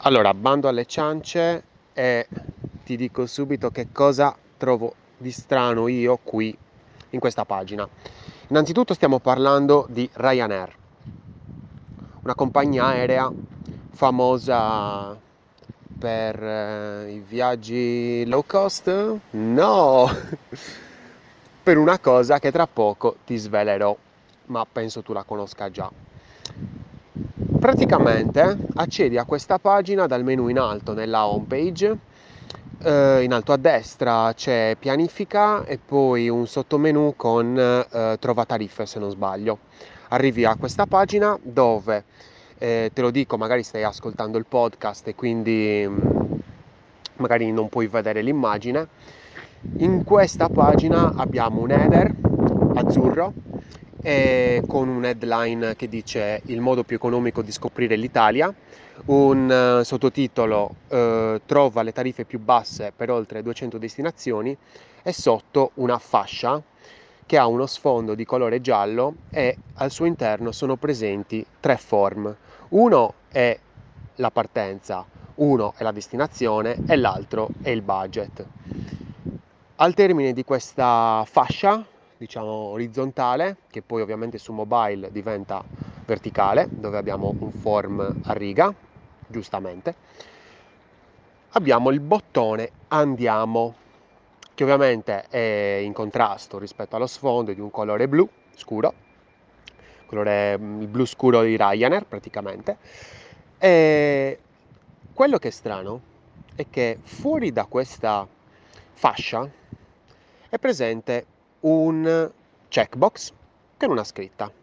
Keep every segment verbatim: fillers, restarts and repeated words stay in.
Allora, bando alle ciance e ti dico subito che cosa trovo di strano io qui in questa pagina. Innanzitutto stiamo parlando di Ryanair, una compagnia aerea famosa per eh, i viaggi low cost? No! Per una cosa che tra poco ti svelerò, ma penso tu la conosca già. Praticamente accedi a questa pagina dal menu in alto nella home page. Eh, in alto a destra c'è pianifica e poi un sottomenu con eh, trova tariffe, se non sbaglio. Arrivi a questa pagina dove eh, te lo dico, magari stai ascoltando il podcast e quindi mh, magari non puoi vedere l'immagine. In questa pagina abbiamo un header azzurro e con un headline che dice il modo più economico di scoprire l'Italia, un uh, sottotitolo uh, trova le tariffe più basse per oltre duecento destinazioni e sotto una fascia che ha uno sfondo di colore giallo e al suo interno sono presenti tre form. Uno è la partenza, uno è la destinazione e l'altro è il budget. Al termine di questa fascia, diciamo orizzontale, che poi ovviamente su mobile diventa verticale, dove abbiamo un form a riga, giustamente, abbiamo il bottone andiamo, che ovviamente è in contrasto rispetto allo sfondo, di un colore blu scuro, colore, il blu scuro di Ryanair praticamente. E quello che è strano è che fuori da questa fascia è presente un checkbox con una scritta.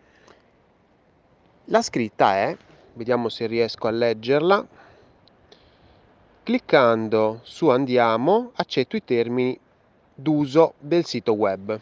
La scritta è, vediamo se riesco a leggerla, cliccando su andiamo accetto i termini d'uso del sito web.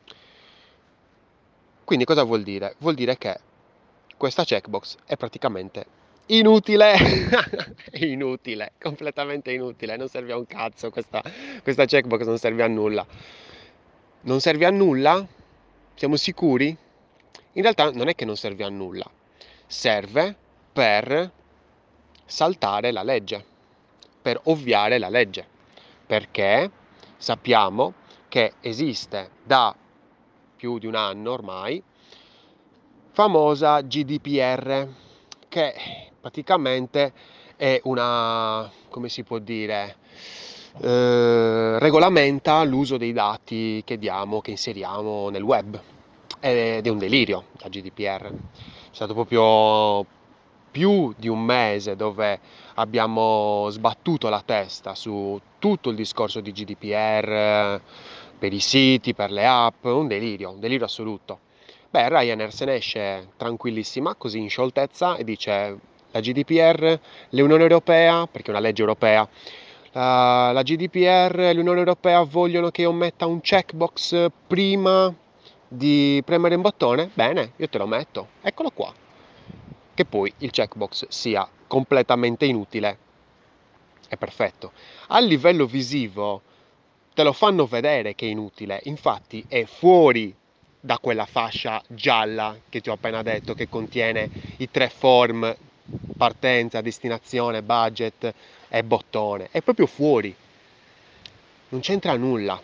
Quindi cosa vuol dire? Vuol dire che questa checkbox è praticamente inutile. È inutile, completamente inutile, non serve a un cazzo questa, questa checkbox, non serve a nulla. Non serve a nulla? Siamo sicuri? In realtà non è che non serve a nulla, serve per saltare la legge, per ovviare la legge, perché sappiamo che esiste da più di un anno ormai famosa G D P R, che praticamente è una, come si può dire, eh, regolamenta l'uso dei dati che diamo, che inseriamo nel web. Ed è un delirio la G D P R. È stato proprio più di un mese dove abbiamo sbattuto la testa su tutto il discorso di G D P R, per i siti, per le app, un delirio, un delirio assoluto. Beh, Ryanair se ne esce tranquillissima, così in scioltezza, e dice la G D P R, l'Unione Europea, perché è una legge europea, la, la G D P R e l'Unione Europea vogliono che io metta un checkbox prima di premere un bottone? Bene, io te lo metto, eccolo qua. Che poi il checkbox sia completamente inutile è perfetto. A livello visivo te lo fanno vedere che è inutile, infatti è fuori da quella fascia gialla che ti ho appena detto, che contiene i tre form, partenza, destinazione, budget e bottone, è proprio fuori, non c'entra nulla.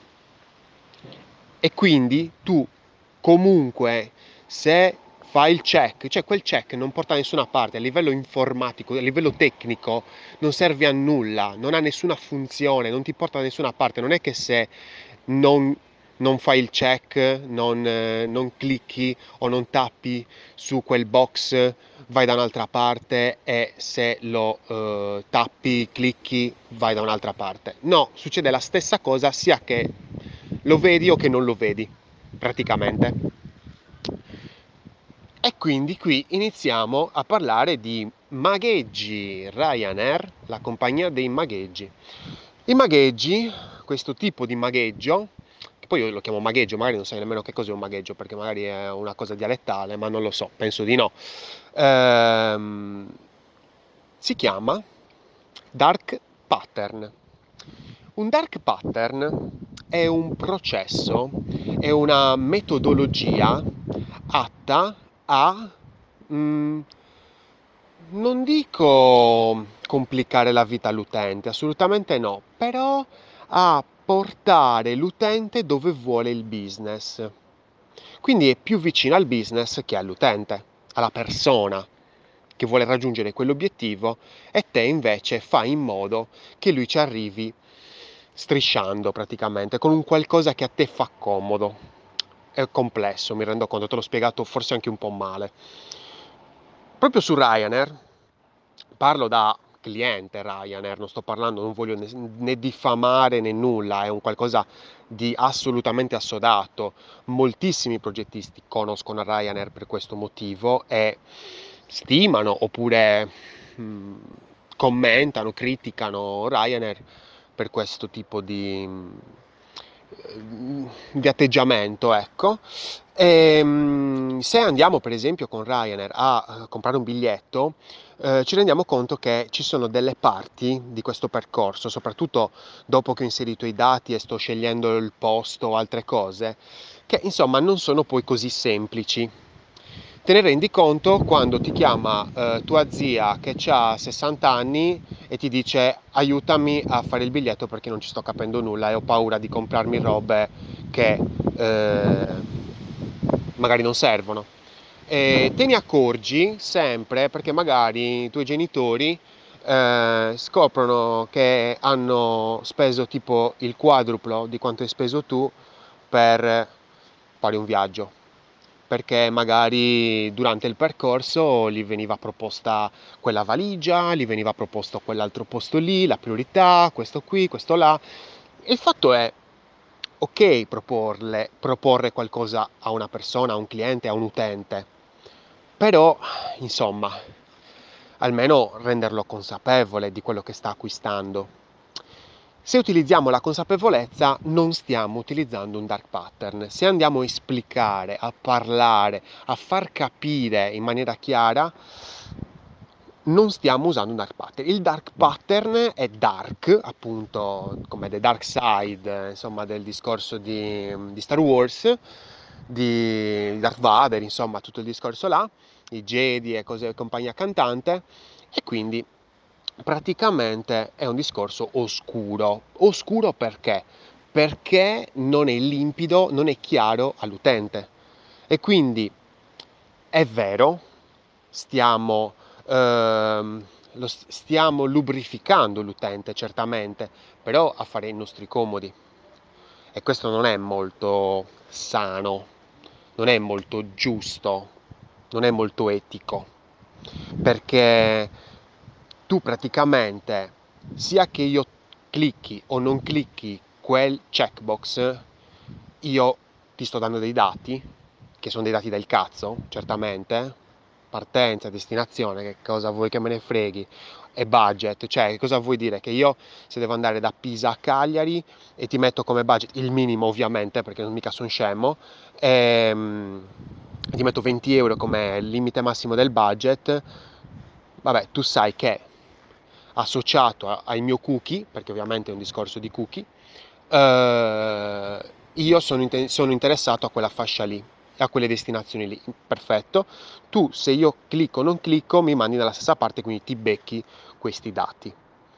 E quindi tu comunque, se fai il check, cioè quel check non porta da nessuna parte, a livello informatico, a livello tecnico non serve a nulla, non ha nessuna funzione, non ti porta da nessuna parte. Non è che se non, non fai il check, non, eh, non clicchi o non tappi su quel box, vai da un'altra parte, e se lo eh, tappi, clicchi, vai da un'altra parte. No, succede la stessa cosa sia che lo vedi o che non lo vedi, praticamente. E quindi qui iniziamo a parlare di magheggi Ryanair, la compagnia dei magheggi. I magheggi, questo tipo di magheggio, che poi io lo chiamo magheggio, magari non sai nemmeno che cos'è un magheggio, perché magari è una cosa dialettale, ma non lo so, penso di no. Ehm, si chiama dark pattern. Un dark pattern è un processo, è una metodologia atta a mm, Non dico complicare la vita all'utente, assolutamente no, però a portare l'utente dove vuole il business. Quindi è più vicino al business che all'utente, alla persona che vuole raggiungere quell'obiettivo, e te invece fai in modo che lui ci arrivi strisciando praticamente, con un qualcosa che a te fa comodo. È complesso, mi rendo conto, te l'ho spiegato forse anche un po' male. Proprio su Ryanair, parlo da cliente Ryanair, non sto parlando, non voglio né, né diffamare né nulla, è un qualcosa di assolutamente assodato. Moltissimi progettisti conoscono Ryanair per questo motivo e stimano oppure mh, commentano, criticano Ryanair per questo tipo di, di atteggiamento, ecco. E, mh, se andiamo per esempio con Ryanair a eh, comprare un biglietto, eh, ci rendiamo conto che ci sono delle parti di questo percorso, soprattutto dopo che ho inserito i dati e sto scegliendo il posto o altre cose, che insomma non sono poi così semplici. Te ne rendi conto quando ti chiama eh, tua zia che ha sessanta anni e ti dice aiutami a fare il biglietto perché non ci sto capendo nulla e ho paura di comprarmi robe che eh, magari non servono. E te ne accorgi sempre perché magari i tuoi genitori eh, scoprono che hanno speso tipo il quadruplo di quanto hai speso tu per fare un viaggio, perché magari durante il percorso gli veniva proposta quella valigia, gli veniva proposto quell'altro posto lì, la priorità, questo qui, questo là. E il fatto è, ok, proporle, proporre qualcosa a una persona, a un cliente, a un utente, però, insomma, almeno renderlo consapevole di quello che sta acquistando. Se utilizziamo la consapevolezza, non stiamo utilizzando un dark pattern. Se andiamo a esplicare, a parlare, a far capire in maniera chiara, non stiamo usando un dark pattern. Il dark pattern è dark, appunto, come The Dark Side, insomma, del discorso di, di Star Wars, di Darth Vader, insomma, tutto il discorso là, i Jedi e cose, compagnia cantante, e quindi praticamente è un discorso oscuro. Oscuro perché? Perché non è limpido, non è chiaro all'utente. E quindi è vero, stiamo, ehm, lo stiamo lubrificando l'utente, certamente, però a fare i nostri comodi. E questo non è molto sano, non è molto giusto, non è molto etico, perché tu praticamente, sia che io clicchi o non clicchi quel checkbox, io ti sto dando dei dati, che sono dei dati del cazzo, certamente, partenza, destinazione, che cosa vuoi che me ne freghi, e budget, cioè cosa vuoi dire? Che io se devo andare da Pisa a Cagliari e ti metto come budget, il minimo ovviamente, perché non mica sono scemo, e, ti metto venti euro come limite massimo del budget, vabbè, tu sai che associato a, ai miei cookie, perché ovviamente è un discorso di cookie, eh, io sono, inter- sono interessato a quella fascia lì, a quelle destinazioni lì. Perfetto. Tu, se io clicco o non clicco, mi mandi dalla stessa parte, quindi ti becchi questi dati.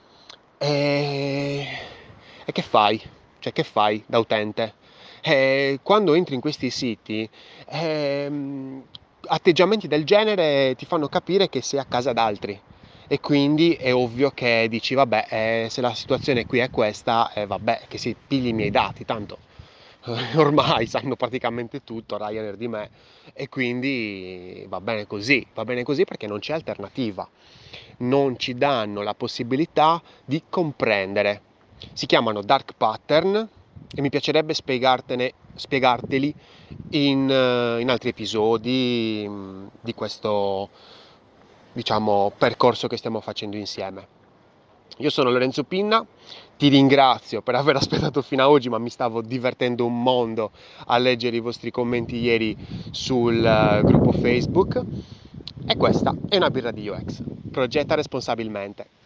E, e che fai? Cioè, che fai da utente? Eh, quando entri in questi siti, ehm, atteggiamenti del genere ti fanno capire che sei a casa d'altri. E quindi è ovvio che dici, vabbè, eh, se la situazione qui è questa, eh, vabbè, che si pigli i miei dati, tanto ormai sanno praticamente tutto Ryanair di me, e quindi va bene così, va bene così perché non c'è alternativa, non ci danno la possibilità di comprendere. Si chiamano dark pattern e mi piacerebbe spiegartene, spiegarteli in, eh, in altri episodi mh, di questo, diciamo, percorso che stiamo facendo insieme. Io sono Lorenzo Pinna, ti ringrazio per aver aspettato fino a oggi, ma mi stavo divertendo un mondo a leggere i vostri commenti ieri sul eh, gruppo Facebook. E questa è una birra di U X. Progetta responsabilmente.